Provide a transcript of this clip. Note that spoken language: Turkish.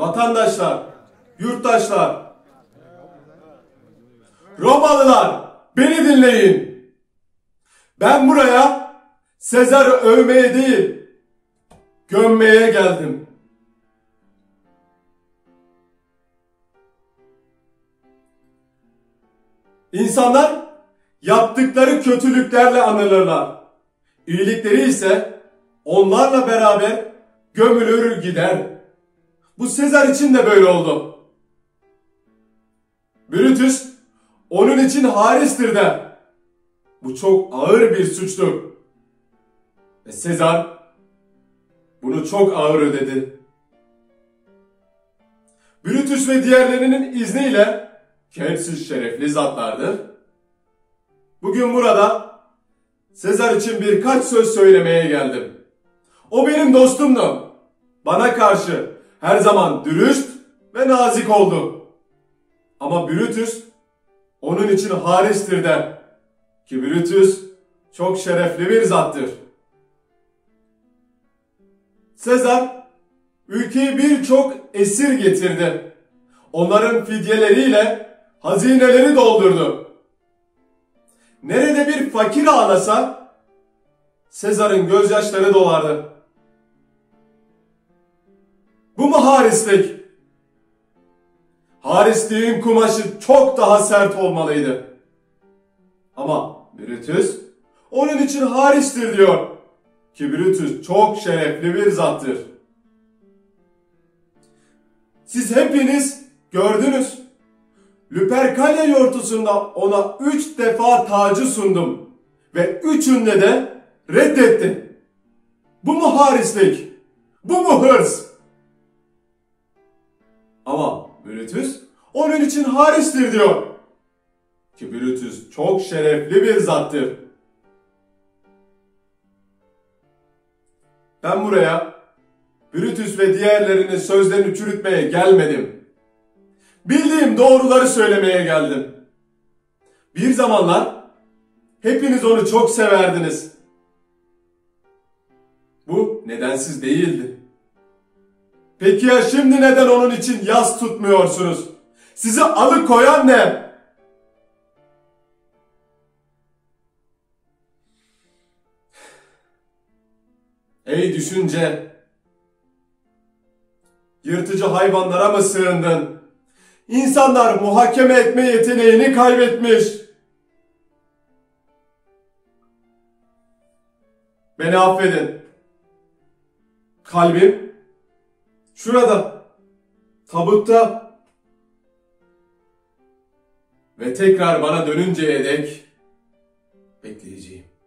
Vatandaşlar, yurttaşlar, Romalılar, beni dinleyin. Ben buraya Sezar'ı övmeye değil, gömmeye geldim. İnsanlar yaptıkları kötülüklerle anılırlar. İyilikleri ise onlarla beraber gömülür gider. Bu Sezar için de böyle oldu. Brutus onun için haristir der. Bu çok ağır bir suçtur. Ve Sezar bunu çok ağır ödedi. Brutus ve diğerlerinin izniyle, ki hepsi şerefli zatlardır, bugün burada Sezar için birkaç söz söylemeye geldim. O benim dostumdu. Bana karşı her zaman dürüst ve nazik oldu. Ama Brutus onun için haristir der. Ki Brutus çok şerefli bir zattır. Sezar ülkeyi birçok esir getirdi. Onların fidyeleriyle hazineleri doldurdu. Nerede bir fakir ağlasa Sezar'ın gözyaşları dolardı. Bu mu harislik? Harisliğin kumaşı çok daha sert olmalıydı. Ama Brutus onun için haristir diyor. Ki Brutus çok şerefli bir zattır. Siz hepiniz gördünüz. Lupercalia yortusunda ona 3 defa tacı sundum. Ve 3'ünde de reddetti. Bu mu harislik? Bu mu hırs? Ama Brutus onun için haristir diyor. Ki Brutus çok şerefli bir zattır. Ben buraya Brutus ve diğerlerinin sözlerini çürütmeye gelmedim. Bildiğim doğruları söylemeye geldim. Bir zamanlar hepiniz onu çok severdiniz. Bu nedensiz değildi. Peki ya şimdi neden onun için yas tutmuyorsunuz? Sizi alıkoyan ne? Ey düşünce! Yırtıcı hayvanlara mı sığındın? İnsanlar muhakeme etme yeteneğini kaybetmiş. Beni affedin. Kalbim şurada, tabutta. Ve tekrar bana dönünceye dek bekleyeceğim.